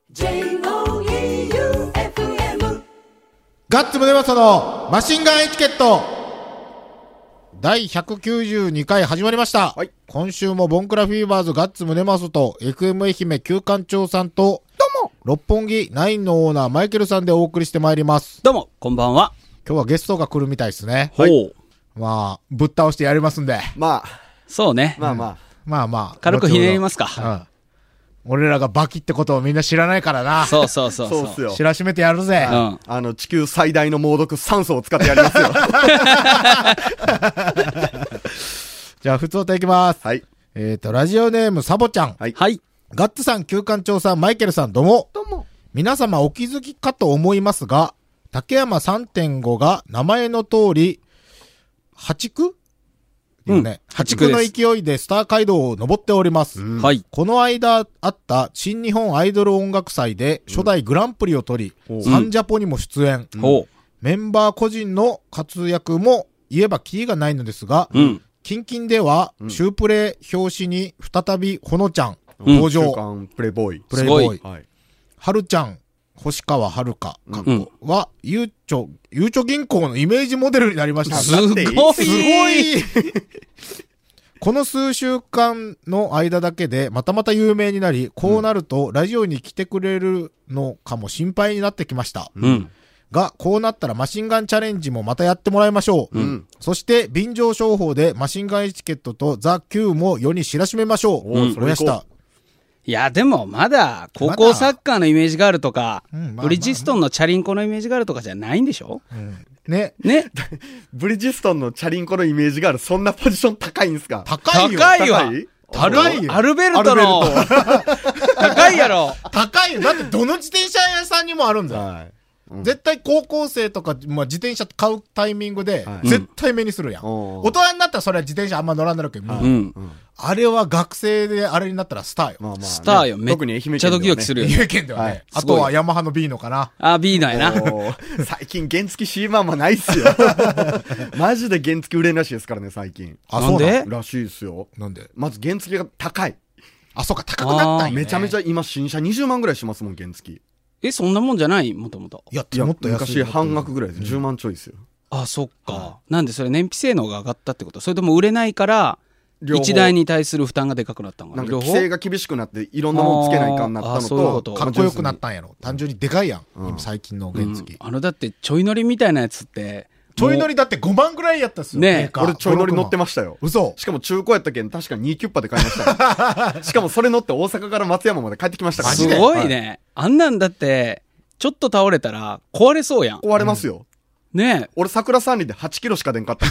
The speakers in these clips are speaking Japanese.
J-O-E-U-F-M ガッツムネマソのマシンガンエチケット第192回始まりました、 はい、 今週もボンクラフィーバーズガッツムネマソと FM 愛媛旧館長さんとどうも六本木ナインのオーナーマイケルさんでお送りしてまいります。 どうもこんばんは。 今日はゲストが来るみたいですね。 ほう。 まあぶっ倒してやりますんで、 まあそうね。 まあまあ、 まあまあ軽くひねりますか。 俺らがバキってことをみんな知らないからな。 そうそうそうそうっすよ。 知らしめてやるぜ。 地球最大の猛毒酸素を使ってやりますよ。 じゃあ普通歌いきます。 はい。 ラジオネームサボちゃん。 はい。 はい。 ガッツさん、旧館長さん、マイケルさん、どうも。 どうも。 皆様お気づきかと思いますが、竹山 3.5 が名前の通り、破竹破竹の勢いでスター街道を登っております。 はい。 この間あった新日本アイドル音楽祭で初代グランプリを取り、サンジャポにも出演。メンバー個人の活躍も言えばキリがないのですが、キンキンでは、シュープレイ表紙に再びほのちゃん登場。 週刊プレイボーイ。 プレイボーイ。 はい。 はるちゃん、星川はるか、は、ゆうちょ銀行のイメージモデルになりました。 すごい。 すごいこの数週間の間だけでまたまた有名になり、こうなるとラジオに来てくれるのかも心配になってきました。が、こうなったらマシンガンチャレンジもまたやってもらいましょう。そして、便乗商法でマシンガンエチケットとザ・Qも世に知らしめましょう。それした。 いや、でもまだ、高校サッカーのイメージがあるとか、ブリヂストンのチャリンコのイメージがあるとかじゃないんでしょ？ ね。 ブリヂストンのチャリンコのイメージがある、そんなポジション高いんすか？ 高いよ。 高いわ。 高いよ。 アルベルトの。高いやろ。 高いよ。だってどの自転車屋さんにもあるんだよ。はい。絶対高校生とか、まあ、自転車買うタイミングで、絶対目にするやん。大人になったらそれは自転車あんま乗らんなるけど、あれは学生であれになったらスターよ。 まあまあね、スターよ。めっちゃドキドキするよ、ね。 愛媛県ではね。あとはヤマハの B のかな。 あ、B のやな。 最近原付 C マンもないっすよ。マジで原付売れんらしいですからね、最近。 あ、そうでらしいですよ。 なんでまず原付が高い。 あ、そうか、高くなったんや、ね。 めちゃめちゃ今新車20万ぐらいしますもん、原付。 そんなもんじゃないもともと。 いや、もっと安い。 昔半額ぐらいで10万ちょいですよ。 あ、そっか。なんでそれ燃費性能が上がったってこと？それとも売れないから、1台に対する負担がでかくなったのかな。 なんか規制が厳しくなっていろんなものつけないかんなったのと、 かっこよくなったんやろ。単純にでかいやん。今最近の原付。 だってちょい乗りみたいなやつって、 ちょい乗りだって5万ぐらいやったっすよ。 ね。 俺ちょい乗り乗ってましたよ。 嘘。 しかも中古やったけん、確かに2キュッパで買いました。しかもそれ乗って大阪から松山まで帰ってきましたから。 すごいね。あんなんだって、ちょっと倒れたら壊れそうやん。 壊れますよ。 ねえ。 俺桜山林で8キロしか出んかった。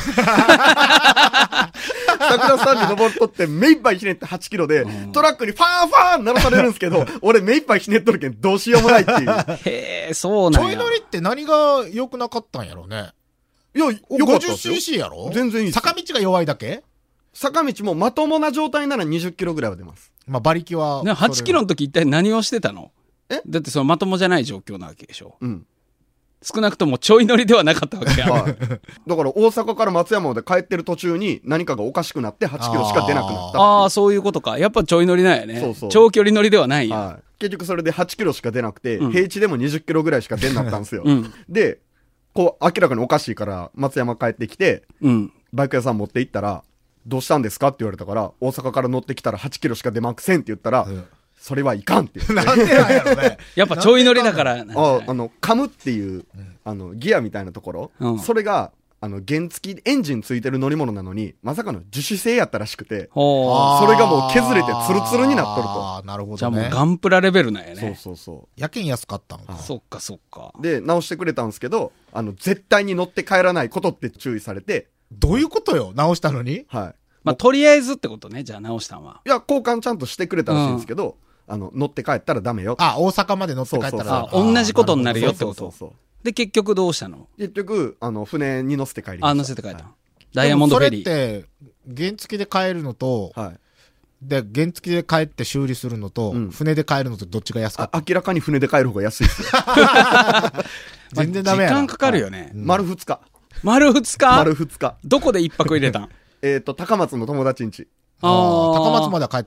桜山林登っとって目いっぱいひねって8キロで、トラックにファーンファーン鳴らされるんですけど、俺目いっぱいひねっとるけんどうしようもないっていう。 へえ、そうなんや。 ちょい乗りって何が良くなかったんやろね。 いや、よかったですよ。 50cc やろ？ 全然いいです。 坂道が弱いだけ？ 坂道もまともな状態なら20キロぐらいは出ます。 まあ馬力は。 8キロの時一体何をしてたの？だってそのまともじゃない状況なわけでしょ。少なくともちょい乗りではなかったわけや。 だから大阪から松山まで帰ってる途中に何かがおかしくなって8キロしか出なくなった。 ああ、そういうことか。やっぱちょい乗りなんやね。そう。長距離乗りではないよ。 結局それで8キロしか出なくて、平地でも20キロぐらいしか出なったんですよ。で、こう明らかにおかしいから松山帰ってきて、バイク屋さん持って行ったら、どうしたんですかって言われたから、大阪から乗ってきたら8キロしか出ませんって言ったら、それはいかんって言って。 なんでなんやろね。 やっぱちょい乗りだから。 カムっていう、ギアみたいなところ、それが、原付エンジンついてる乗り物なのに、まさかの樹脂製やったらしくて、それがもう削れてツルツルになっとると。 ああ、なるほどね。 じゃあもうガンプラレベルなんやね。 そう。 やけん安かったんか。 そっかそっか。 で、直してくれたんですけど、絶対に乗って帰らないことって注意されて。 どういうことよ？直したのに？ はい。 まあ、とりあえずってことね、じゃあ直したんは。 いや、交換ちゃんとしてくれたらしいんですけど、乗って帰ったらダメよ。 あ、大阪まで乗って帰ったら。 同じことになるよってこと。で、結局どうしたの？ 結局、船に乗せて帰りました。 乗せて帰った。ダイヤモンドフェリー。 それって、原付で帰るのと、で、原付で帰って修理するのと、船で帰るのとどっちが安かった？ 明らかに船で帰る方が安いですよ。 全然ダメやな。 時間かかるよね。 丸2日。 丸2日？ 丸2日。 どこで一泊入れたん？ 高松の友達ん家。 高松までは帰ったんよ。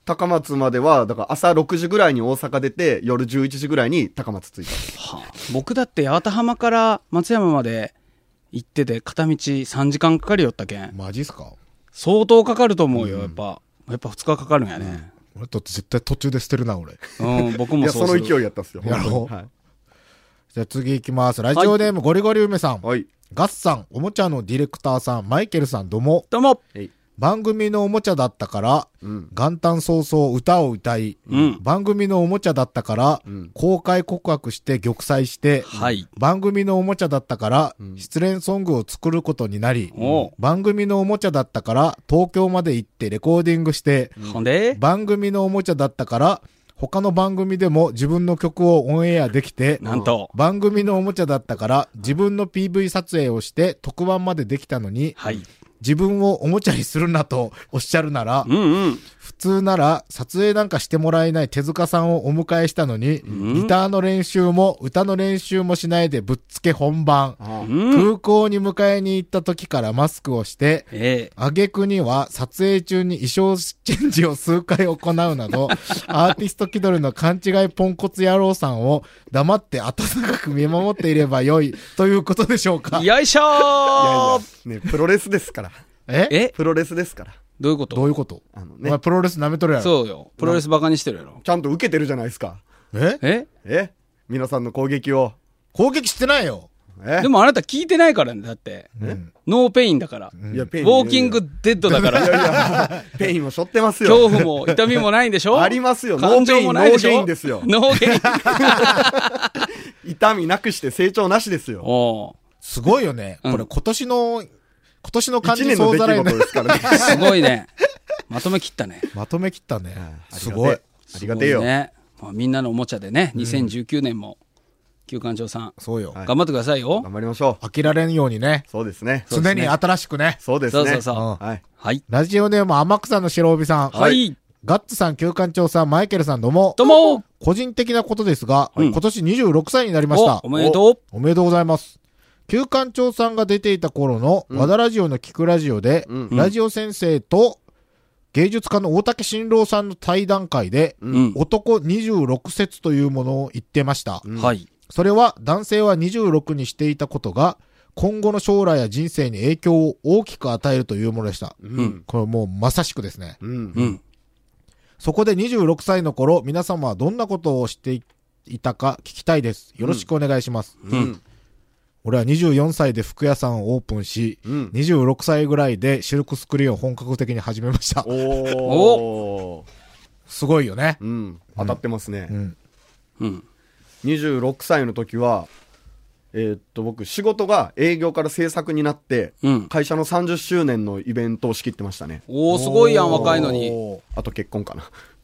高松までは、だから朝6時ぐらいに大阪出て、夜11時ぐらいに高松着いた。 はあ、僕だって八幡浜から松山まで行ってて、片道3時間かかるよったけん。 マジっすか？ 相当かかると思うよ、やっぱ2日かかるんやね。 俺だって絶対途中で捨てるな、俺。 うん、僕もそういや、そする。 の勢いやったっすよ。 やろうはい。 じゃあ次行きます。ラジオネームゴリゴリ梅さん。 はい。 ガッさん、おもちゃのディレクターさん、マイケルさん、どうも。 どうも。 番組のおもちゃだったから、元旦早々歌を歌い、番組のおもちゃだったから、公開告白して玉砕して、番組のおもちゃだったから、失恋ソングを作ることになり、番組のおもちゃだったから、東京まで行ってレコーディングして、番組のおもちゃだったから、他の番組でも自分の曲をオンエアできて、 なんと番組のおもちゃだったから自分の PV 撮影をして特番までできたのに、自分をおもちゃにするなとおっしゃるなら、普通なら撮影なんかしてもらえない手塚さんをお迎えしたのに、ギターの練習も歌の練習もしないでぶっつけ本番、空港に迎えに行った時からマスクをして、挙句には撮影中に衣装チェンジを数回行うなど、アーティスト気取りの勘違いポンコツ野郎さんを黙って温かく見守っていればよいということでしょうか。 よいしょー。 いやいや、ね、プロレスですから。プロレスですから。 どういうこと？ どういうこと？お前プロレス舐めとるやろ。 そうよ。プロレスバカにしてるやろ。 ちゃんと受けてるじゃないですか。皆さんの攻撃を。 攻撃してないよ。 でもあなた聞いてないからね、だって。ノーペインだから。 いや、ペイン。 ウォーキングデッドだから。 いやいや、ペインも背負ってますよ。 恐怖も痛みもないんでしょ？ ありますよ。 感情もないでしょ？ ノーゲインですよ。 ノーゲイン。 痛みなくして成長なしですよ。 すごいよね。これ今年の漢字総ざらいですからね。 すごいね。まとめ切ったね。 まとめ切ったね。すごい。 ありがてえよ。 みんなのおもちゃでね、2019年も、旧館長さん。 そうよ。 頑張ってくださいよ。 頑張りましょう。飽きられんようにね。 そうですね。 常に新しくね。 そうですね。 そう。 はい。 ラジオネーム天草の白帯さん。 はい。 ガッツさん、旧館長さん、マイケルさん、どうも。 どうも。 個人的なことですが、今年26歳になりました。 おめでとう。 おめでとうございます。旧館長さんが出ていた頃の和田ラジオの聞くラジオで、ラジオ先生と芸術家の大竹新郎さんの対談会で、男26節というものを言ってました。 はい。 それは男性は26にしていたことが、今後の将来や人生に影響を大きく与えるというものでした。これもうまさしくですね。そこで26歳の頃、皆様はどんなことをしていたか聞きたいです。よろしくお願いします。俺は24歳で服屋さんをオープンし、26歳ぐらいでシルクスクリーンを本格的に始めました。すごいよね。 当たってますね。26歳の時は、僕、仕事が営業から制作になって、会社の30周年のイベントを仕切ってましたね。 おー、すごいやん、若いのに。 あと結婚かな。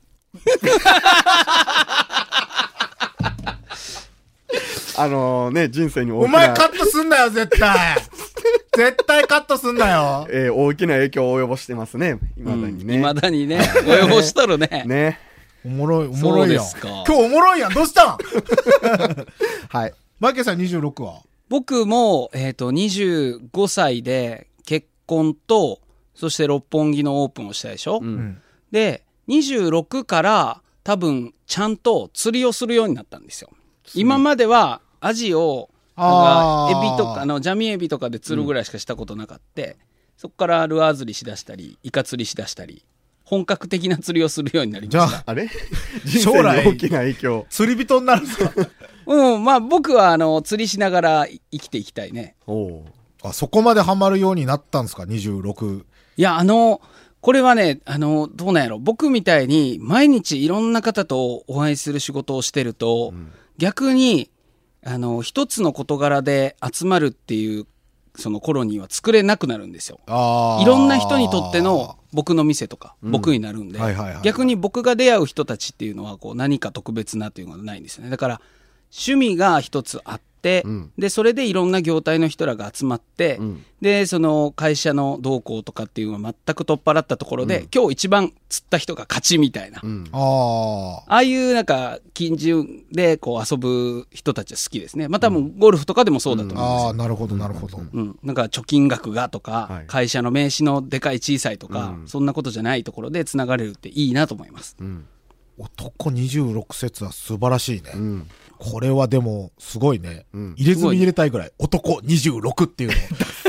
人生に大きな。 お前カットすんなよ、絶対。絶対カットすんなよ。 大きな影響を及ぼしてますね。未だにね。 未だにね。及ぼしとるね。 ね。 おもろいやん。 今日おもろいやん。どうしたん？ はい。 マイケルさん26は？ 僕も、25歳で結婚と、そして六本木のオープンをしたでしょ？で、26から多分ちゃんと釣りをするようになったんですよ。今まではアジを、エビとか、ジャミエビとかで釣るぐらいしかしたことなかった。そこからルアー釣りしだしたり、イカ釣りしだしたり、本格的な釣りをするようになりました。 じゃあ、あれ人生に大きな影響。 釣り人になるんですか？ まあ僕は釣りしながら生きていきたいね。 そこまでハマるようになったんですか ?26。 いや、これはね、どうなんやろ。僕みたいに毎日いろんな方とお会いする仕事をしてると、逆に、一つの事柄で集まるっていうそのコロニーは作れなくなるんですよ。いろんな人にとっての僕の店とか、僕になるんで、逆に僕が出会う人たちっていうのはこう何か特別なっていうのがないんですよね。だから趣味が一つあって、 うん、 で、それでいろんな業態の人らが集まって、 うん、 で、その会社の動向とかっていうのは全く取っ払ったところで、今日一番釣った人が勝ちみたいな。ああいうなんか、近所でこう遊ぶ人たちは好きですね。まあ多分ゴルフとかでもそうだと思うんですよ。 ああ、なるほど、なるほど。 なんか貯金額がとか、会社の名刺のでかい小さいとか、そんなことじゃないところで繋がれるっていいなと思います。 男26節は素晴らしいね。これはでも、すごいね。入れ墨入れたいぐらい。男26っていうの。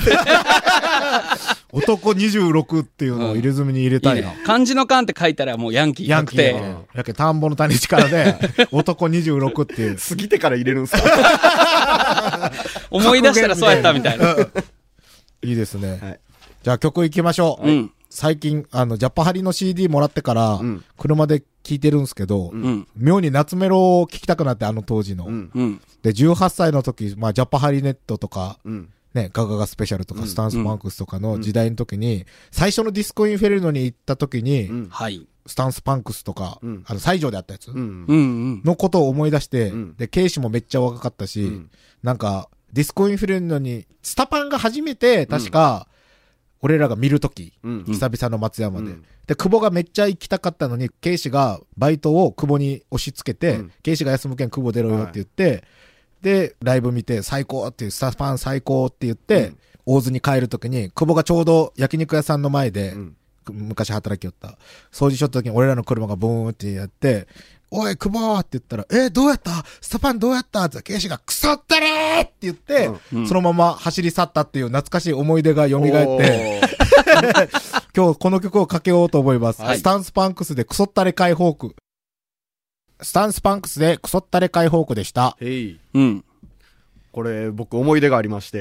男26っていうのを入れ墨に入れたいな。 いいね、漢字の漢って書いたらもうヤンキー確定。 やけ田んぼの谷力で、男26っていう。 過ぎてから入れるんすか思い出したらそうやったみたいな。 いいですね。じゃあ曲行きましょう。最近、ジャパハリの CD もらってから、車で聴いてるんですけど、妙に夏メロを聴きたくなって、当時の。で、18歳の時、まあ、ジャパハリネットとか、ね、ガガガスペシャルとか、スタンスパンクスとかの時代の時に、最初のディスコインフェルノに行った時に、スタンスパンクスとか、西条であったやつ、のことを思い出して、で、ケイシもめっちゃ若かったし、なんか、ディスコインフェルノに、スタパンが初めて、確か、俺らが見るとき、久々の松山で。で、久保がめっちゃ行きたかったのに、ケイシがバイトを久保に押し付けて、ケイシが休むけん久保出ろよって言って、で、ライブ見て、最高っていう、スタパン最高って言って、大津に帰るときに、久保がちょうど焼肉屋さんの前で、昔働きよった。掃除しよったときに俺らの車がブーンってやって、おい、久保って言ったら、どうやったスタパンどうやったって、ケイシがクソったれーって言って、そのまま走り去ったっていう懐かしい思い出が蘇って、今日この曲をかけようと思います。スタンスパンクスでクソったれ解放区。スタンスパンクスでクソったれ解放区でした。 これ、僕思い出がありまして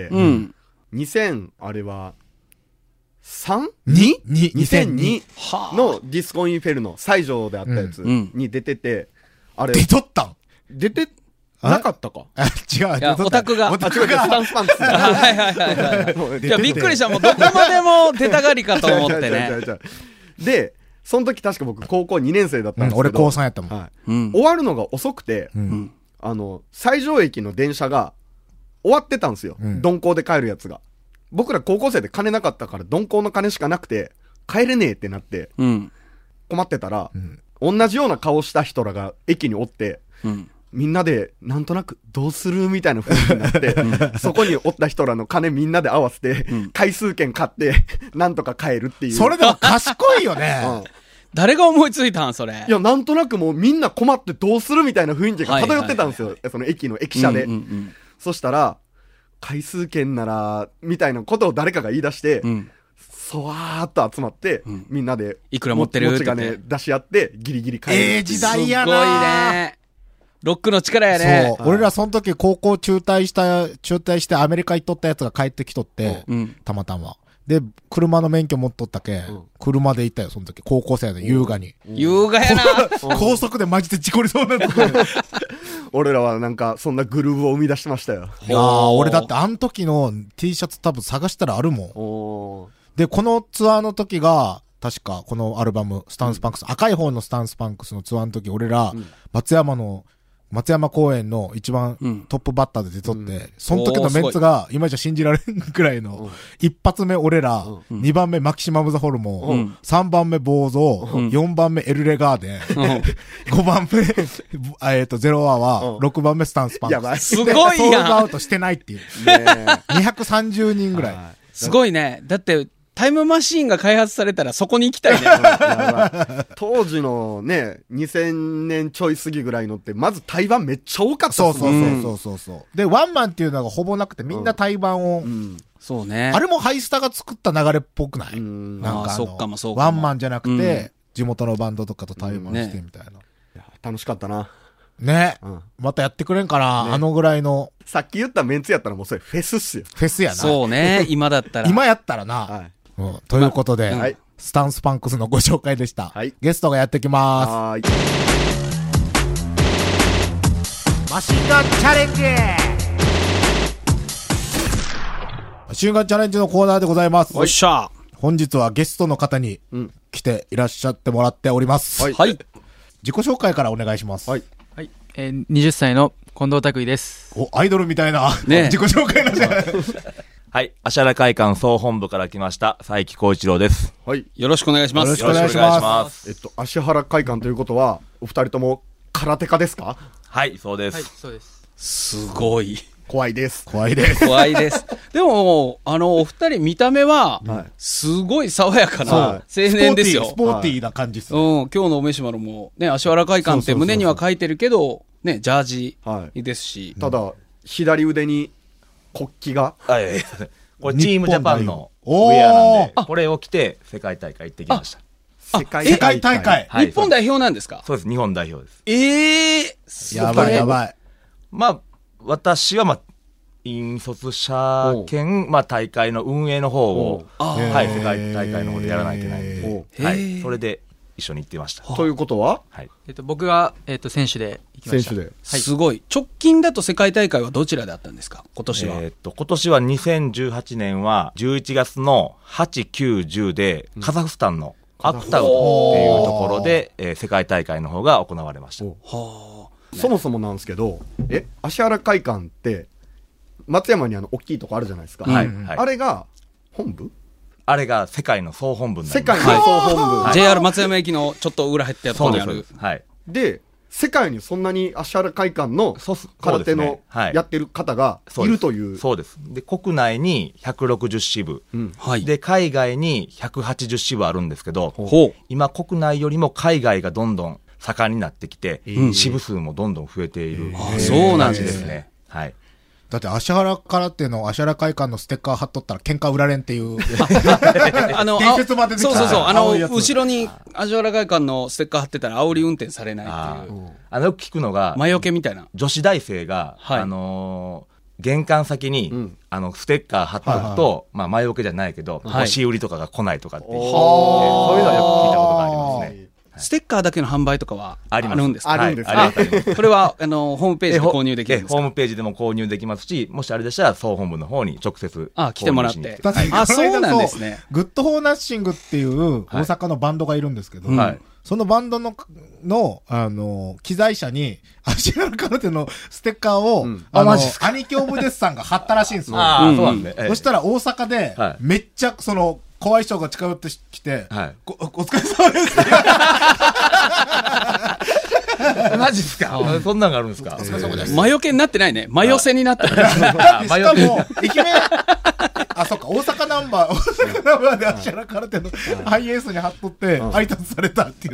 、2000、あれは、2002のディスコインフェルノ、西条であったやつに出てて、あれ。 出とったん出てなかったか違う。 オタクが。 違う、スタンスパンクス。 いや、びっくりした。もうどこまでも出たがりかと思ってね。 で、その時確か僕高校2年生だったんですけど。 俺高3やったもん。終わるのが遅くて、西条駅の電車が終わってたんですよ。鈍行で帰るやつが。僕ら高校生で金なかったから鈍行の金しかなくて帰れねえってなって困ってたら、同じような顔した人らが駅におって、みんなでなんとなくどうするみたいな雰囲気になってそこにおった人らの金みんなで合わせて回数券買ってなんとか帰るっていう。 それでも賢いよね。 誰が思いついたんそれ。 いや、なんとなくもうみんな困ってどうするみたいな雰囲気が漂ってたんですよ。その駅の駅舎で。そしたら、回数券なら、みたいなことを誰かが言い出して、そわーっと集まって、みんなで、 いくら持ってる持ち金出し合って、ギリギリ帰る。 時代やな。 すごいね。ロックの力やね。 そう。俺らその時高校中退してアメリカ行っとったやつが帰ってきとって、たまたま。で、車の免許持っとったけ、車で行ったよ、その時。高校生で優雅に。 優雅やな。 高速でマジで事故りそうなとこ俺らはなんか、そんなグルーヴを生み出しましたよ。 いやー、俺だってあの時の T シャツ多分探したらあるもん。で、このツアーの時が、確かこのアルバム、スタンスパンクス、赤い方のスタンスパンクスのツアーの時、俺ら、松山公園の一番トップバッターで出とって、その時のメンツが今じゃ信じられんくらいの、一発目俺ら、2番目マキシマムザホルモン、3番目ボーゾー、4番目エルレガーデン、5番目、ゼロアワー、6番目スタンスパンクス。 すごいやん。 ソールドアウトしてないっていう。230人ぐらい。 すごいね。だって、タイムマシーンが開発されたらそこに行きたいね。 当時のね、2000年ちょい過ぎぐらいのって、まず対バンめっちゃ多かったっすね。そう。で、ワンマンっていうのがほぼなくて、みんな対バンを。 そうね。 あれもハイスタが作った流れっぽくないなんかそうかも。 ワンマンじゃなくて、地元のバンドとかと対バンしてみたいな。 楽しかったな。 ね。またやってくれんかな、あのぐらいの。 さっき言ったメンツやったらもうそれフェスっすよ。 フェスやな。 そうね。今だったら。 今やったらな。ということで、スタンスパンクスのご紹介でした。ゲストがやってきます。マシンガンチャレンジマシンガンチャレンジのコーナーでございます。 おっしゃ。 本日はゲストの方に来ていらっしゃってもらっております。 はい。 自己紹介からお願いします。 はい。20歳の近藤拓衣です。 お、アイドルみたいな、 ね自己紹介なんじゃないはい。芦原会館総本部から来ました、佐伯光一郎です。 はい。 よろしくお願いします。 よろしくお願いします。 芦原会館ということは、お二人とも空手家ですか？ はい、そうです。 はい、そうです。 すごい。 怖いです。 怖いです。 怖いです。でも、お二人見た目は、すごい爽やかな青年ですよ。 スポーティーな感じですね。 今日のお召し物も、ね、芦原会館って胸には書いてるけど、ね、ジャージですし。 ただ、左腕に国旗が。 これチームジャパンのウェアなんで、これを着て世界大会行ってきました。 世界大会。 日本代表なんですか？ そうです、日本代表です。 やばいやばい。 まあ、私は引率者兼、大会の運営の方を、はい、世界大会の方でやらないといけないんで、はい、それで一緒に行ってました。 ということは、 はい、 僕は、選手で行きました。 選手で。 はい、すごい。直近だと世界大会はどちらであったんですか？今年は。 今年は2018年は11月の8、9、10で、カザフスタンのアクタウっていうところで、世界大会の方が行われました。 そもそもなんですけど、芦原会館って、松山に大きいとこあるじゃないですか。 はい。 あれが、本部？ あれが世界の総本部になります。 世界の総本部。 JR 松山駅のちょっと裏入ったところにある。 はい。 で、世界にそんなに芦原会館の空手のやってる方がいるという。 そうです。で、国内に160支部。で、海外に180支部あるんですけど、今国内よりも海外がどんどん盛んになってきて、支部数もどんどん増えている。 そうなんですね。 はい。 だって芦原空手の芦原会館のステッカー貼っとったら喧嘩売られんっていう。伝説まで出てきた。 そう。後ろに芦原会館のステッカー貼ってたら煽り運転されないっていう。 よく聞くのが、 魔除けみたいな。 女子大生が、玄関先に、ステッカー貼っておくと、魔除けじゃないけど、押し売りとかが来ないとかっていう。そういうのはよく聞いたことがありますね。 ステッカーだけの販売とかはあるんですか？ あるんです。 これは、ホームページで購入できるんですか？ ホームページでも購入できますし、もしあれでしたら、総本部の方に直接。 来てもらって。 そうなんですね。グッドフォーナッシングっていう大阪のバンドがいるんですけど、そのバンドの、機材車に、芦原空手のステッカーを、兄貴オブデスさんが貼ったらしいんですよ。 そうなんで。 そしたら大阪で、めっちゃ、怖い人が近寄ってきて、お疲れ様です。 マジっすか？そんなんがあるんですか？ 魔除けになってないね。魔寄せになってる。しかも、駅名、そっか、大阪ナンバーで芦原空手のハイエースに貼っとって、挨拶されたっていう。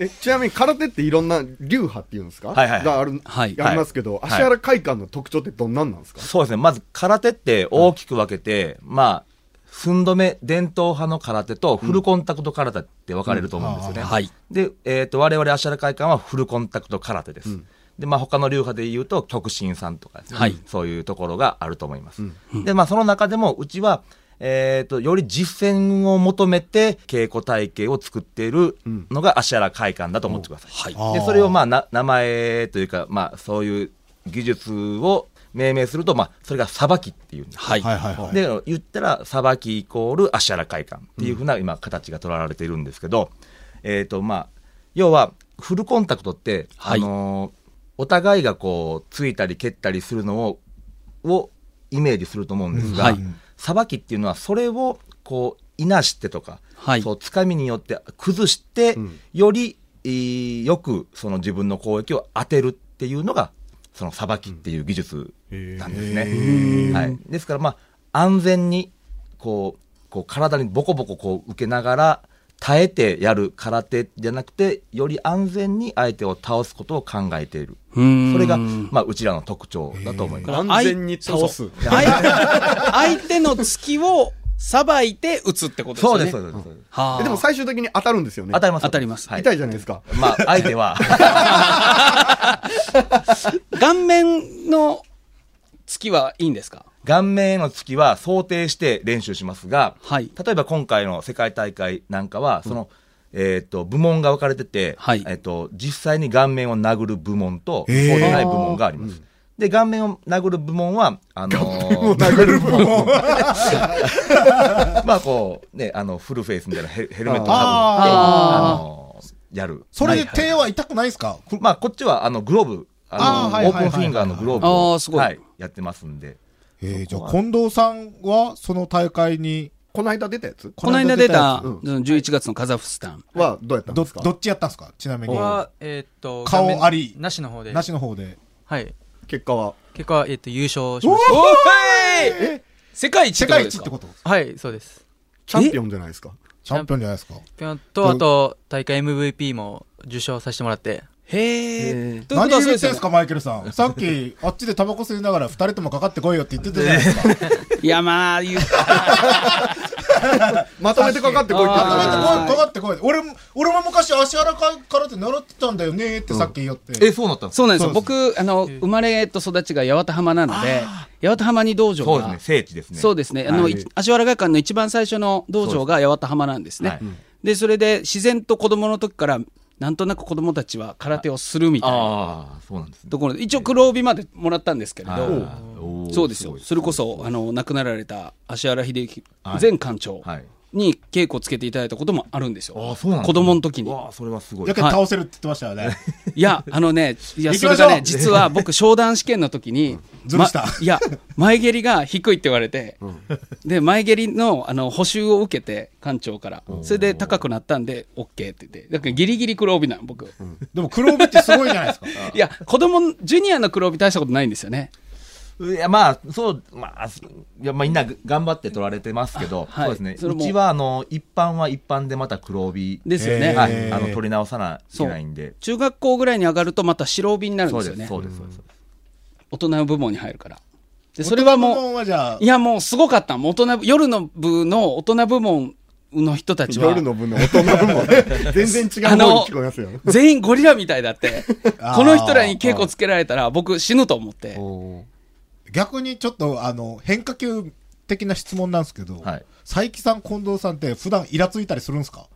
ちなみに空手っていろんな流派っていうんですか？がありますけど、芦原会館の特徴ってどんなんなんですか？ そうですね。まず空手って大きく分けて、寸止め伝統派の空手とフルコンタクト空手って分かれると思うんですよね。で、我々芦原会館はフルコンタクト空手です。で、他の流派で言うと極真さんとかですね、そういうところがあると思います。で、その中でもうちは、より実践を求めて稽古体系を作っているのが芦原会館だと思ってください。で、それを名前というか、そういう技術を命名すると、それがさばきっていうんです。で、言ったら、さばきイコール芦原会館っていうふうな今、形が取られているんですけど、要は、フルコンタクトって、お互いがついたり蹴ったりするのをイメージすると思うんですが、さばきっていうのは、それを、いなしてとか、そうつかみによって崩して、より、よくその自分の攻撃を当てるっていうのが、そのさばきっていう技術なんですね。ですから安全に体にボコボコ受けながら耐えてやる空手じゃなくて、より安全に相手を倒すことを考えている。それがうちらの特徴だと思います。 安全に倒す。 相手の突きをさばいて打つってことですね。 そうです。 でも最終的に当たるんですよね。 当たります。 当たります。 痛いじゃないですか。 相手は。 顔面の突きはいいんですか？ 顔面への突きは想定して練習しますが、例えば今回の世界大会なんかは、部門が分かれてて、実際に顔面を殴る部門と、そうでない部門があります。で、顔面を殴る部門は、 殴る部門フルフェイスみたいなヘルメットをかぶって、やる。 それで手は痛くないですか？ こっちは、グローブ、 オープンフィンガーのグローブを、 すごい。 はい、やってますんで。 じゃあ、近藤さんは、その大会に、 この間出たやつこの間出た、 うん 11月のカザフスタン。 はどうやったんですか？ どっちやったんですかちなみに。 は、 顔あり。 なしの方で。 なしの方で。 はい。 結果は優勝しまし世界一世界一ってこと？ た。はい、そうです。 チャンピオンじゃないですか。 チャンピオンじゃないですか。 チャンピオンと、あと、大会 MVP も受賞させてもらって。 へー。 何言ってんすか、マイケルさん。さっき、あっちでタバコ吸いながら二人ともかかってこいよって言ってたじゃないですか。 いや、まあ、 まとめてかかってこいって言ってた。 かかってこい。俺も昔足原からって習ってたんだよねってさっき言って。 そうなったんですか？ そうなんですよ。僕、生まれと育ちが八幡浜なので、八幡浜に道場が。 そうですね、聖地ですね。 そうですね。足原会館の一番最初の道場が八幡浜なんですね。で、それで自然と子供の時から、なんとなく子供たちは空手をするみたいなそうなんですね。 ところで、一応黒帯までもらったんですけれど、そうですよ。 すそれこそ、亡くなられた足原秀樹前館長に稽古をつけていただいたこともあるんですよ。 そうなんですね。 子供の時に。 それはすごい。 やけ倒せるって言ってましたよね。 いや、それがね、実は僕、商談試験の時に、 ずるした。 いや、前蹴りが低いって言われて、で、前蹴りの、補修を受けて、館長から。それで高くなったんで、OK って言って。だからギリギリ黒帯なの、僕。 でも黒帯ってすごいじゃないですか。 いや、ジュニアの黒帯大したことないんですよね。 いや、みんな頑張って取られてますけど、そうですね。うちは、一般は一般でまた黒帯。 ですよね。 取り直さないけないんで。 中学校ぐらいに上がるとまた白帯になるんですよね。 そうです。 大人部門に入るから。で、それはもう、いや、もうすごかった。夜の部の大人部門の人たちは。 夜の部の大人部門。全然違う方に聞こえますよ。 全員ゴリラみたいだって。この人らに稽古つけられたら僕死ぬと思って。 逆にちょっと変化球的な質問なんですけど、佐伯さん、近藤さんって普段イラついたりするんですか？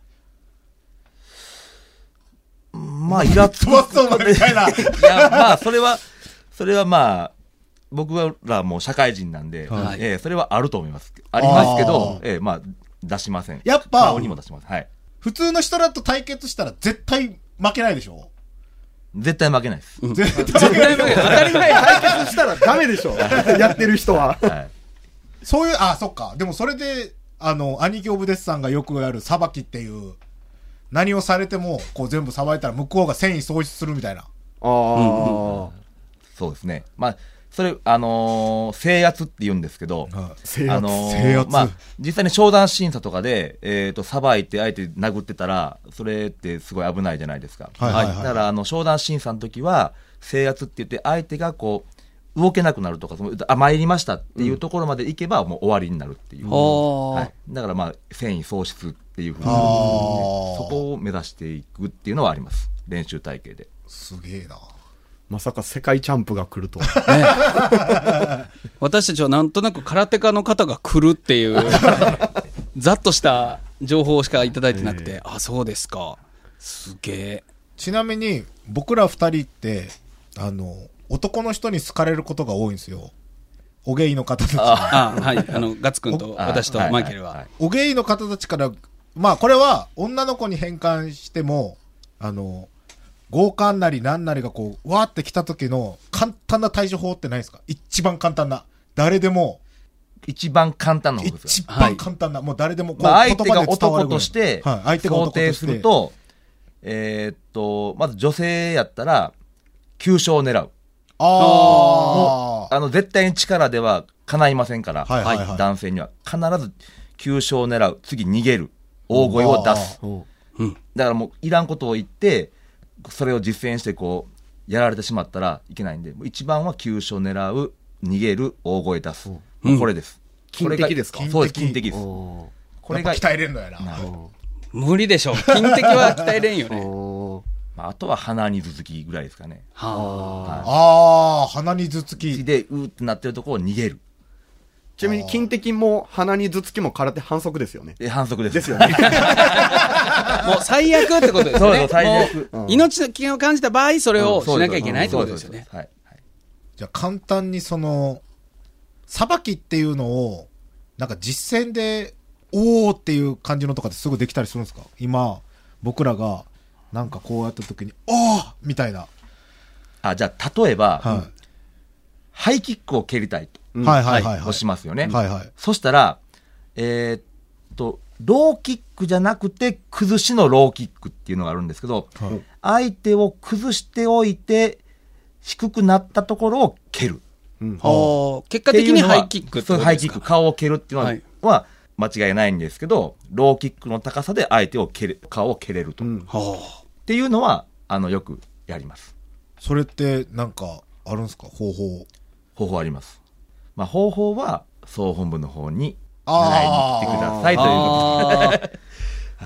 イラつく。 みたいな。 いや、それは僕らも社会人なんで、それはあると思います。ありますけど、出しません。 やっぱ、 顔にも出しません。はい。 普通の人らと対決したら絶対負けないでしょ？ 絶対負けないです。 絶対負けない。 当たり前。 対決したらダメでしょ。やってる人は。 そういう、そっか。でもそれで、兄貴オブデスさんがよくやる裁きっていう、何をされても、こう全部裁いたら向こうが戦意喪失するみたいな。 そうですね。それ、制圧って言うんですけど、 制圧。 実際に商談審査とかで、さばいて相手殴ってたら、それってすごい危ないじゃないですか。だから、商談審査の時は、制圧って言って、相手がこう、動けなくなるとか、参りましたっていうところまで行けば、もう終わりになるっていう。だから戦意喪失っていうふうに、そこを目指していくっていうのはあります。練習体系で。 すげえな。 まさか世界チャンプが来るとは。 私たちはなんとなく空手家の方が来るっていう、ざっとした情報しかいただいてなくて、そうですか。すげえ。 ちなみに、僕ら二人って、男の人に好かれることが多いんですよ。おゲイの方たち。 はい。ガッツくんと私とマイケルは。 おゲイの方たちから、これは女の子に変換しても、強姦なりなんなりがこう、わーって来た時の簡単な対処法ってないですか？一番簡単な。誰でも。 一番簡単な方です一番簡単な。もう誰でもこう、 相手が男として、想定すると、まず女性やったら、急所を狙う。絶対に力では叶いませんから、男性には。必ず急所を狙う。次逃げる。大声を出す。だからもう、いらんことを言って、それを実践してこうやられてしまったらいけないんで、一番は急所狙う、逃げる、大声出す、これです。 金的ですか？ そうです、金的です。 これが鍛えれるのやな。 無理でしょ。金的は鍛えれんよね。 あとは鼻に頭突きぐらいですかね。 鼻に頭突きでうーってなってるところを逃げる。 ちなみに金的も鼻に頭突きも空手反則ですよね。 反則です。 ですよね。 もう最悪ってことですよね。 そう最悪。 命の危険を感じた場合、それをしなきゃいけないってことですよね。 じゃあ簡単に裁きっていうのを、なんか実践で、おーっていう感じのとかですぐできたりするんですか？今、僕らが、なんかこうやった時に、おーみたいな。 じゃあ、例えば、 はハイキックを蹴りたいと。 い。はいはいはい。 押しますよね。 はいはい。 そしたら、ローキックじゃなくて、崩しのローキックっていうのがあるんですけど、相手を崩しておいて、低くなったところを蹴る。 結果的にハイキックってことですか？ そう、ハイキック、顔を蹴るっていうのは間違いないんですけど、ローキックの高さで相手を顔を蹴れると。っていうのは、よくやります。 それってなんかあるんですか？方法あります。まあ、方法は総本部の方に習いに来てくださいということです。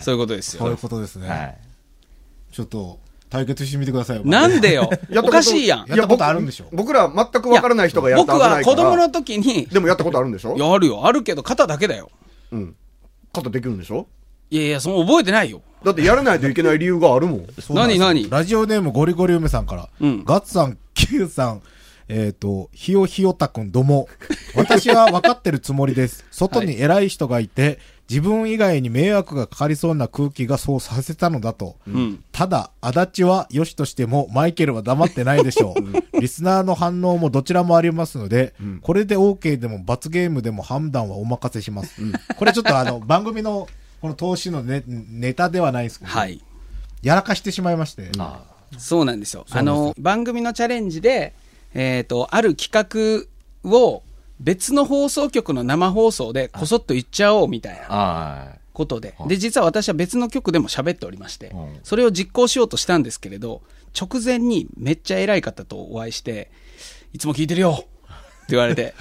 そういうことですよ。 そういうことですね。 はい。 ちょっと対決してみてくださいよ。 なんでよ。おかしいやん。 やったことあるんでしょ？ 僕ら全く分からない人がやった僕ら危ないから。 は子供の時に。 でもやったことあるんでしょ？ いや、あるよ。あるけど肩だけだよ。 うん。肩できるんでしょ？ いやいや、その覚えてないよ。 だってやらないといけない理由があるもん。 何ラジオネームゴリゴリ梅さんから。ガッツさん、Q さん、ひよひよたくんども。私は分かってるつもりです。外に偉い人がいて、自分以外に迷惑がかかりそうな空気がそうさせたのだと。ただ、足立は良しとしても、マイケルは黙ってないでしょう。リスナーの反応もどちらもありますので、これで OK でも罰ゲームでも判断はお任せします。これちょっと番組の、この投資のネタではないですけど、はい、やらかしてしまいまして。 そうなんですよ。番組のチャレンジで、ある企画を別の放送局の生放送でこそっと言っちゃおうみたいなことで、で、実は私は別の局でも喋っておりまして、それを実行しようとしたんですけれど、直前にめっちゃ偉い方とお会いして、いつも聞いてるよって言われて、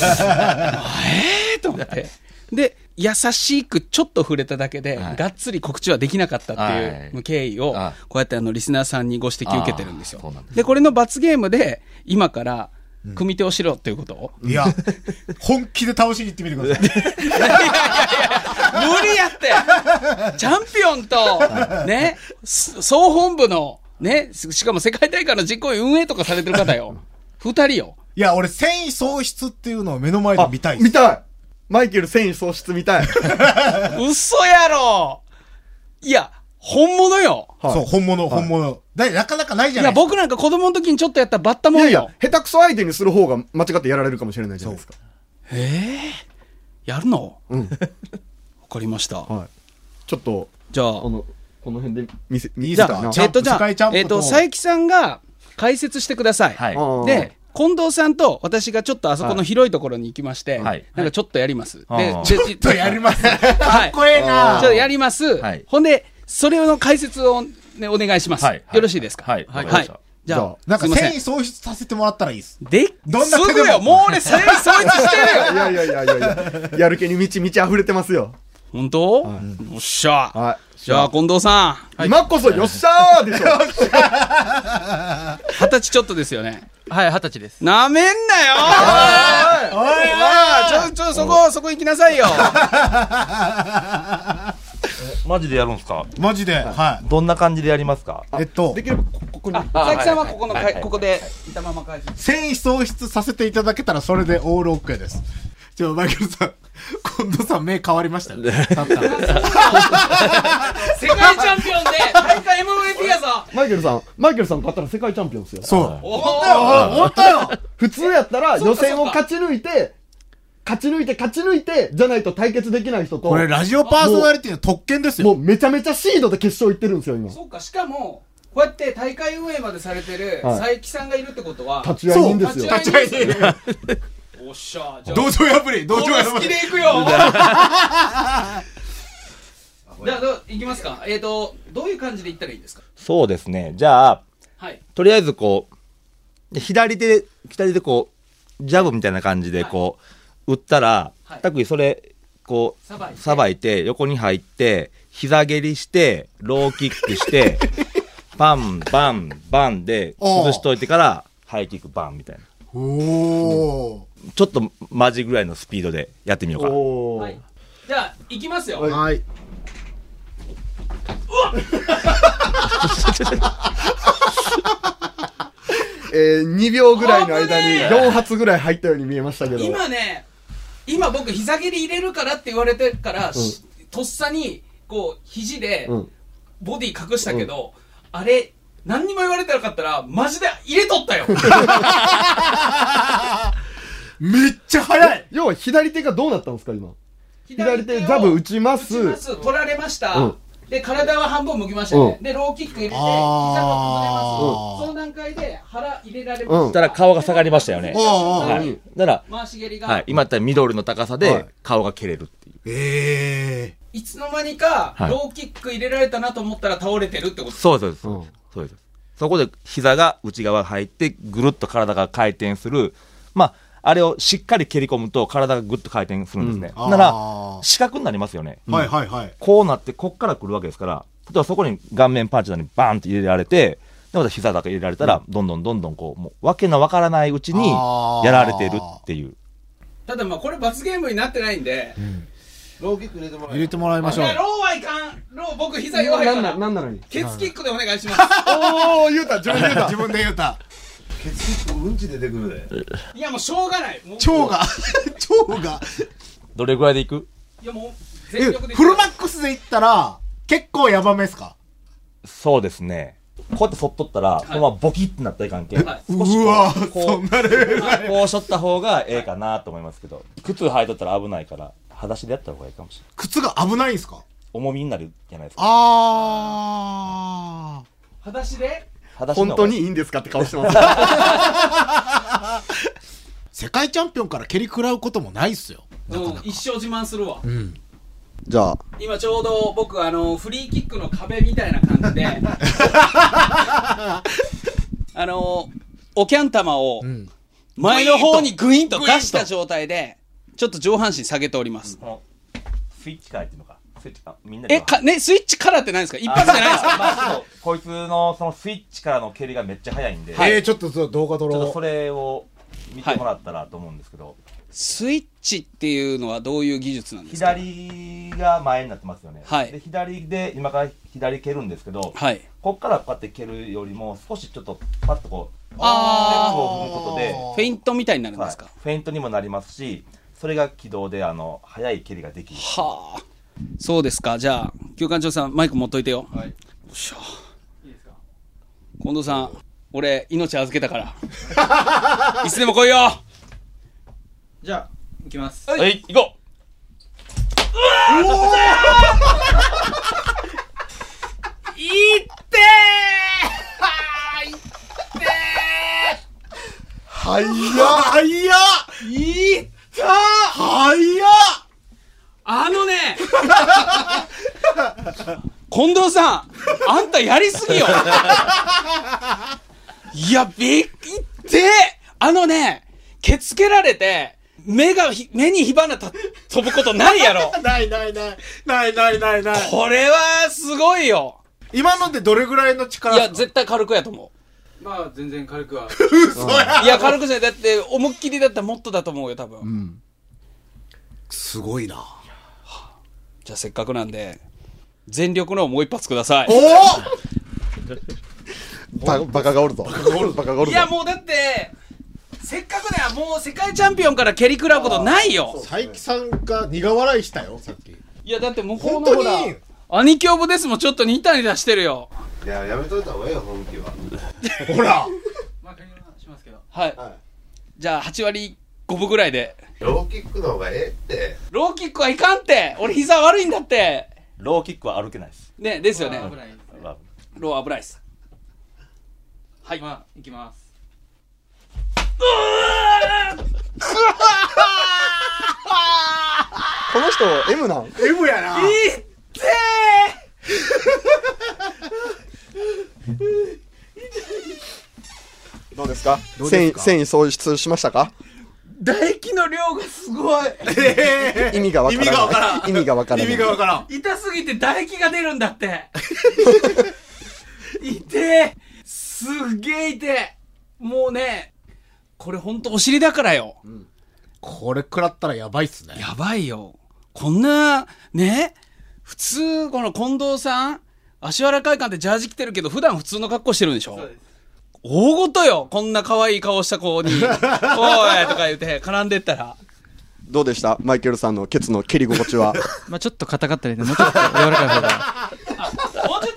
と思って。で、優しくちょっと触れただけで、がっつり告知はできなかったっていう経緯を、こうやってリスナーさんにご指摘受けてるんですよ。で、これの罰ゲームで、今から、組手をしろっていうことを、 いや、本気で倒しに行ってみてください。 無理やってチャンピオンと、ね、総本部の、ね、しかも世界大会の実行委員運営とかされてる方よ。二人よ。 いや、俺、繊維喪失っていうのを目の前で見たい。 見たい。マイケル繊維喪失見たい。 嘘やろ。いや、本物よ。 そう、本物。なかなかないじゃないですか。 いや、僕なんか子供の時にちょっとやったバッタモンよ。 いやいや、下手くそ相手にする方が間違ってやられるかもしれないじゃないですか。 やるの？ わかりました。 はい。ちょっと、 じゃあ、 この辺で見せたいな。 じゃあ、佐伯さんが解説してください。 はい。 で、近藤さんと私がちょっとあそこの広いところに行きまして、なんかちょっとやります。で、 ちょっとやります。かっこええな。 ちょっとやります。ほんで、それの解説をね、お願いします。よろしいですか？ はい。 じゃあ、 なんか繊維喪失させてもらったらいいです。 どんな手でも。すぐよ、もう俺繊維喪失してるよ。 いや、やる気に満ち溢れてますよ。 本当？よっしゃ。じゃあ、近藤さん。今こそよっしゃーでしょ。 20歳ちょっとですよね。 はい、20歳です。 なめんなよおいちょ、そこ行きなさいよ。 マジでやるんですか？ マジで。はい。 どんな感じでやりますか？ できればここに。 佐伯さんはここでいたまま返す。 繊維喪失させていただけたらそれでオールオッケーです。マイケルさん、近藤さん目変わりましたよね。世界チャンピオンで大会 MVP やぞ。 マイケルさん勝ったら世界チャンピオンですよ。 そう。 思ったよ。普通やったら予選を勝ち抜いて、じゃないと対決できない人と。 これラジオパーソナリティの特権ですよ。 もうめちゃめちゃシードで決勝行ってるんですよ、今。 そうか、しかも、こうやって大会運営までされてる佐伯さんがいるってことは、 立ち会い人ですよ。 立ち会い人。 おっしゃ、じゃあ。 道場破り。 好きで行くよ。じゃあ、行きますか。どういう感じで行ったらいいですか？ そうですね。じゃあ、とりあえず左手でこう、ジャブみたいな感じで打ったら、たくいそれ、さばいて、横に入って、膝蹴りして、ローキックして、バン、バン、バンで、崩しといてから、ハイキックバンみたいな。ちょっとマジぐらいのスピードでやってみようか。 はい。じゃあ、行きますよ。 はい。うわっ 2秒ぐらいの間に4発ぐらい入ったように見えましたけど。 今僕膝蹴り入れるからって言われてから、とっさに、肘で、ボディ隠したけど、あれ、 何にも言われてなかったら、マジで入れとったよ。 めっちゃ早い。 要は左手がどうなったんですか、今。左手ジャブ打ちます。 取られました。で、体は半分向きましたね。で、ローキック入れて、膝が崩れます。その段階で腹入れられました。 たら顔が下がりましたよね。はい。だから、 回し蹴りが。 はい。今言ったらミドルの高さで顔が蹴れるっていう。 いつの間にか、ローキック入れられたなと思ったら倒れてるってことですか？ そうです。そうです。そこで膝が内側入って、ぐるっと体が回転する。まあ、あれをしっかり蹴り込むと体がぐっと回転するんですね。なら、四角になりますよね。 はいはいはい。 こうなって、こっから来るわけですから、例えばそこに顔面パンチなのにバーンって入れられて、でまた膝だけ入れられたら、どんどんこう、もうわけのわからないうちにやられてるっていう。 ただまあこれ罰ゲームになってないんで、 ローキック入れてもらいましょう。 ローはいかん。ロー僕膝弱いから。 なんなのに。 ケツキックでお願いします。 おー、言うた、自分で言うた。 自分で言うた。 ケツキックうんち出てくるで。 いやもうしょうがない。 腸が。 どれぐらいでいく？ いやもう、全力で。 フルマックスでいったら、結構ヤバめっすか？ そうですね。こうやってそっとったら、そのままボキってなったらいかんけん。 うわそんなレベルない。 こうしょった方がええかなと思いますけど、靴履いとったら危ないから、裸足でやった方がいいかもしれない。 靴が危ないんすか？ 重みになるじゃないですか。 裸足で本当にいいんですかって顔してます。 世界チャンピオンから蹴り食らうこともないっすよ。 一生自慢するわ。 じゃあ。 今ちょうど僕フリーキックの壁みたいな感じで、おキャン玉を前の方にグインと出した状態で、ちょっと上半身下げております。 スイッチからっていうのか。スイッチか。みんなで。 スイッチからって何ですか？一発じゃないですか？ こいつのそのスイッチからの蹴りがめっちゃ速いんで。 ちょっと動画撮ろう。 ちょっとそれを見てもらったらと思うんですけど。 スイッチっていうのはどういう技術なんですか？ 左が前になってますよね。で左で今から左蹴るんですけど、こっからこうやって蹴るよりも少しちょっとパッとこうステップを踏むことでフェイントみたいになるんですか？ フェイントにもなりますし、それが軌道で速い蹴りができる。 はあ、そうですか。じゃあ旧館長さんマイク持っといてよ。よっしゃ。いいですか？近藤さん、俺命預けたからいつでも来いよ。 じゃあ行きます。 はい、行こう。 いってーいってーはいやいったー近藤さん、あんたやりすぎよ。いや、びっくりってケツ蹴られて、目に火花飛ぶことないやろ。 ない。 これはすごいよ。 今のでどれぐらいの力？ いや、絶対軽くやと思う。 まあ全然軽くは。 嘘や。 いや、軽くじゃない。だって思いっきりだったらもっとだと思うよ、多分。 すごいな。 じゃあせっかくなんで全力のもう一発ください。 バカがおるぞ。 いやもうだってせっかくだよ、もう世界チャンピオンから蹴り食らうことないよ。 佐伯さんが苦笑いしたよさっき。 いやだって向こうのほら兄貴オブですもちょっとニタニタしてるよ。 いや、やめといた方がいいよ、本気は。 ほらまあ確認しますけど。 はい、じゃあ8割5分ぐらいで。 ローキックの方がええって。 ローキックはいかんって、俺膝悪いんだって。 ローキックは歩けないですね、ですよね。 危ないですね。 ロー危ないです。はい、 まあ行きます。 この人 M なん？ M やな。 いってどうですか？繊維喪失しましたか？ 唾液の量がすごい。 意味がわからない。 痛すぎて唾液が出るんだって。痛え。すげえ痛え。もうね、これほんとお尻だからよ。 これ食らったらやばいっすね。 やばいよ。こんな、ね、普通、この近藤さん、足原会館でジャージ着てるけど、普段普通の格好してるんでしょ？そうです。大ごとよ。こんな可愛い顔した子に、おいとか言って絡んでったら。 どうでしたマイケルさんのケツの蹴り心地は？ まあちょっと硬かったりね、もうちょっと柔らかい方が。 もうちょっと柔らかいけ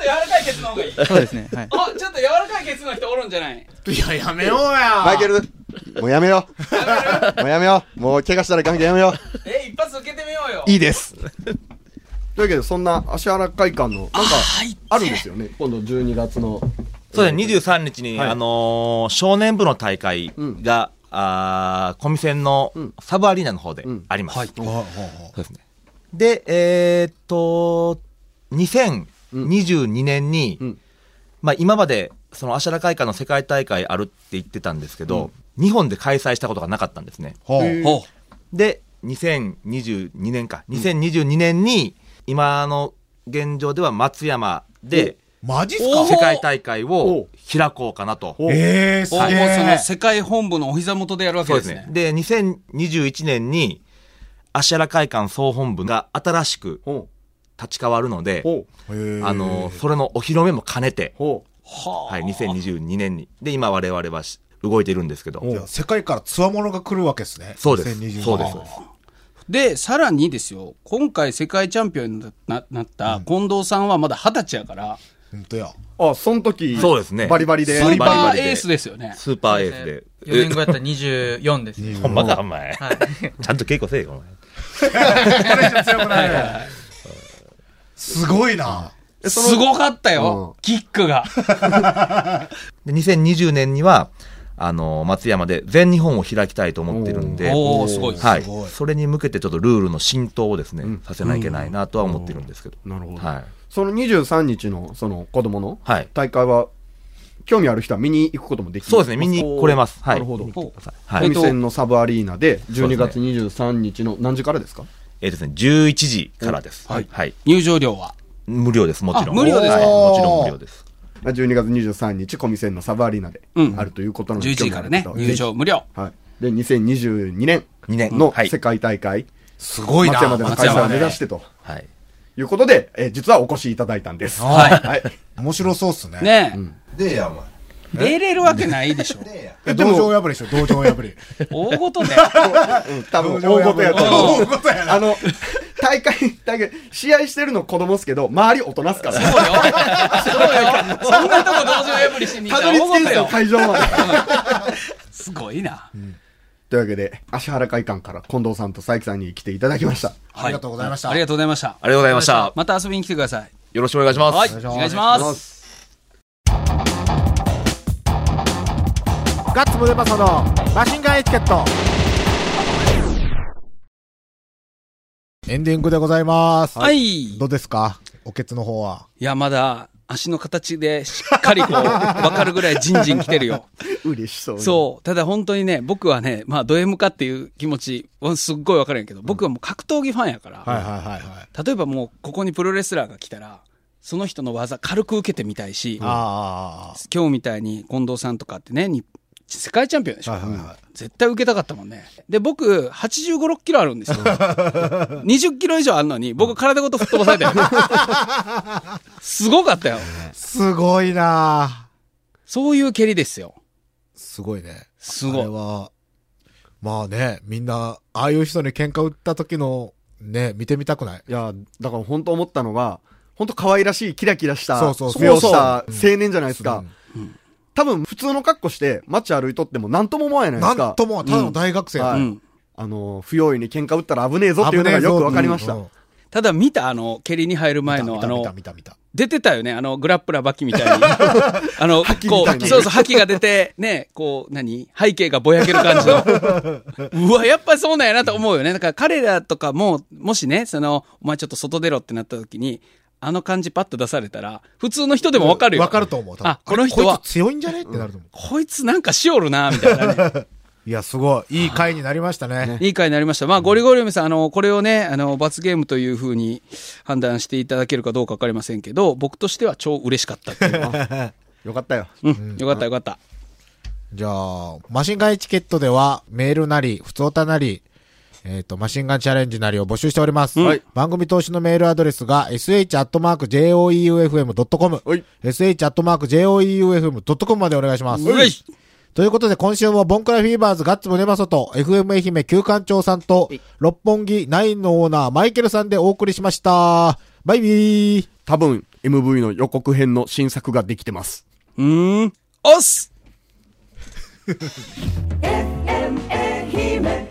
ケツの方がいい。 そうですね。はい。 あ、ちょっと柔らかいケツの人おるんじゃない？ いや、やめようや。 マイケル、もうやめよう。もうやめよう。もう怪我したら関係やめよ一発受けてみようよ。 う。いいです。というわけで、そんな芦原会館の、なんか、あるんですよね。今度12月の。 そうですね、23日に、 はい少年部の大会が、コミセンのサブアリーナの方であります。そうですね。で、2022年に、まあ今まで、その芦原会館の世界大会あるって言ってたんですけど、日本で開催したことがなかったんですね。で、2022年か。2022年に、今の現状では松山で、 マジっすか？ 世界大会を開こうかなと。 すげえ。 その世界本部のお膝元でやるわけですね。 で、2021年に、芦原会館総本部が新しく立ち替わるので、それのお披露目も兼ねて、はい、2022年に。で、今我々は動いてるんですけど。 じゃあ世界からつわものが来るわけですね。 そうです。そうです。 で、さらにですよ、今回世界チャンピオンになった近藤さんはまだ20歳やから、 本当や。 あ、その時、 そうですね。 バリバリで。 スーパーエースですよね。 スーパーエースで。 4年後やったら24です。 ほんまか、お前。ちゃんと稽古せえよ、お前。 これ以上強くない。すごいな。 すごかったよ、キックが。 で、2020年には、松山で全日本を開きたいと思ってるんで、 すごい。 はい。それに向けてちょっとルールの浸透をですね、させないといけないなとは思ってるんですけど。 なるほど。 はい。 その23日の、その子供の大会は、興味ある人は見に行くこともできる？ そうですね、見に来れます。はい。 なるほど。 はい。 コミセンのサブアリーナで、12月23日の何時からですか？ ですね、11時からです。はい。 入場料は無料です、もちろん。 無料です。 もちろん無料です。 12月23日、コミセンのサブアリーナであるということなので、 11時からね、入場無料。 はい。で、2022年の世界大会、 すごいな。 松山での開催を目指してと。 はい。 いうことで、実はお越しいただいたんです。 はい。 面白そうっすね。 ねえ。でや、お前。 出れるわけないでしょ。 道場破りでしょ、道場破り。 大ごとで。 多分、大ごとやと思う。大ごとやな。大会、試合してるの子供っすけど、周り大人っすから。 そうよ。そうよ。そんなとこ道場破りしに行ったら大ごとよ。 会場まで。 すごいな。 というわけで、芦原会館から近藤さんと佐伯さんに来ていただきました。 ありがとうございました。 ありがとうございました。 ありがとうございました。 また遊びに来てください。 よろしくお願いします。 はい。お願いします。 ガッツムデパソのマシンガンエチケット。エンディングでございます。 はい。 どうですか、おケツの方は。 いや、まだ足の形でしっかりこう、わかるぐらいジンジン来てるよ。 嬉しそう。 そう。ただ本当にね、僕はね、まあ、ド M かっていう気持ち、すっごいわかるんやけど、僕はもう格闘技ファンやから、例えばもう、ここにプロレスラーが来たら、その人の技軽く受けてみたいし、今日みたいに近藤さんとかってね、世界チャンピオンでしょ、絶対受けたかったもんね。で、僕、85、6キロあるんですよ。20キロ以上あるのに、僕体ごと吹っ飛ばされたよ。すごかったよ。 すごいな。 そういう蹴りですよ。 すごいね。 すごい。 あれは、まあね、みんな、ああいう人に喧嘩売った時の、ね、見てみたくない？ いや、だから本当思ったのが、本当可愛らしいキラキラした、 目をした青年じゃないですか。多分普通の格好して街歩いとっても何とも思わないですか。 何とも、ただの大学生。 不用意に喧嘩打ったら危ねえぞっていうのがよくわかりました。 ただ見た蹴りに入る前の出てたよね、グラップラーバキみたいに。こう、そうそう、覇気が出て、ね、こう、背景がぼやける感じの。うわ、やっぱりそうなんやなと思うよね。だから彼らとかも、もしね、お前ちょっと外出ろってなった時に、感じパッと出されたら、普通の人でもわかるよ。 わかると思う。 あ、この人は。 こいつ強いんじゃねってなると思う。 こいつなんかしおるな、みたいなね。 いや、すごい。いい回になりましたね。 いい回になりました。まあ、ゴリゴリ梅さん、これをね、罰ゲームという風に判断していただけるかどうかわかりませんけど、僕としては超嬉しかったっていう。 よかったよ。 よかったよかった。 じゃあ、マシンガンエチケットでは、メールなり、ふつおたなり、マシンガンチャレンジなりを募集しております。番組投資のメールアドレスが sh@joeufm.com、sh@joeufm.com までお願いします。ということで今週もボンクラフィーバーズガッツムネマソと FM 愛媛旧館長さんと六本木ナインのオーナーマイケルさんでお送りしました。バイビー。 多分 MV の予告編の新作ができてます。 おっす FM 愛媛